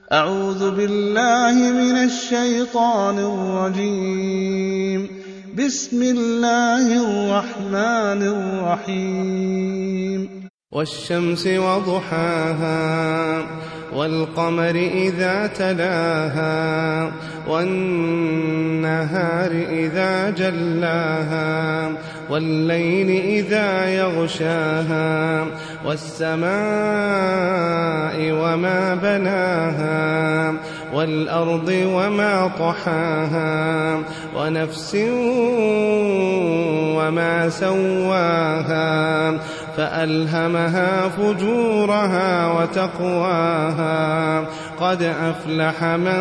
أعوذ بالله من الشيطان الرجيم. بسم الله الرحمن الرحيم. والشمس وضحاها والقمر إذا تلاها والنهار إذا جلاها والليل إذا يغشاها والسماء وما بناها والأرض وما طحاها ونفس وما سواها فألهمها فجورها وتقواها قد أفلح من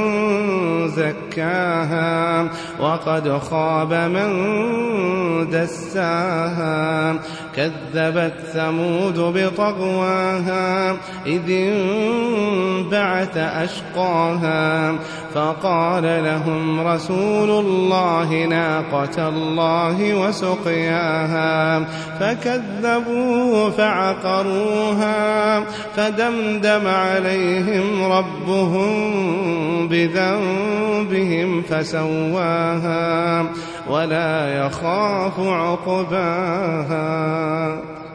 زكاها وقد خاب من دساها كذبت ثمود بطغواها إذ انبعث أشقاها فقال لهم رسول الله ناقة الله وسقياها فكذبوه فعقروها فدمدم عليهم ربهم بذنبهم فسواها ولا يخاف عقباها.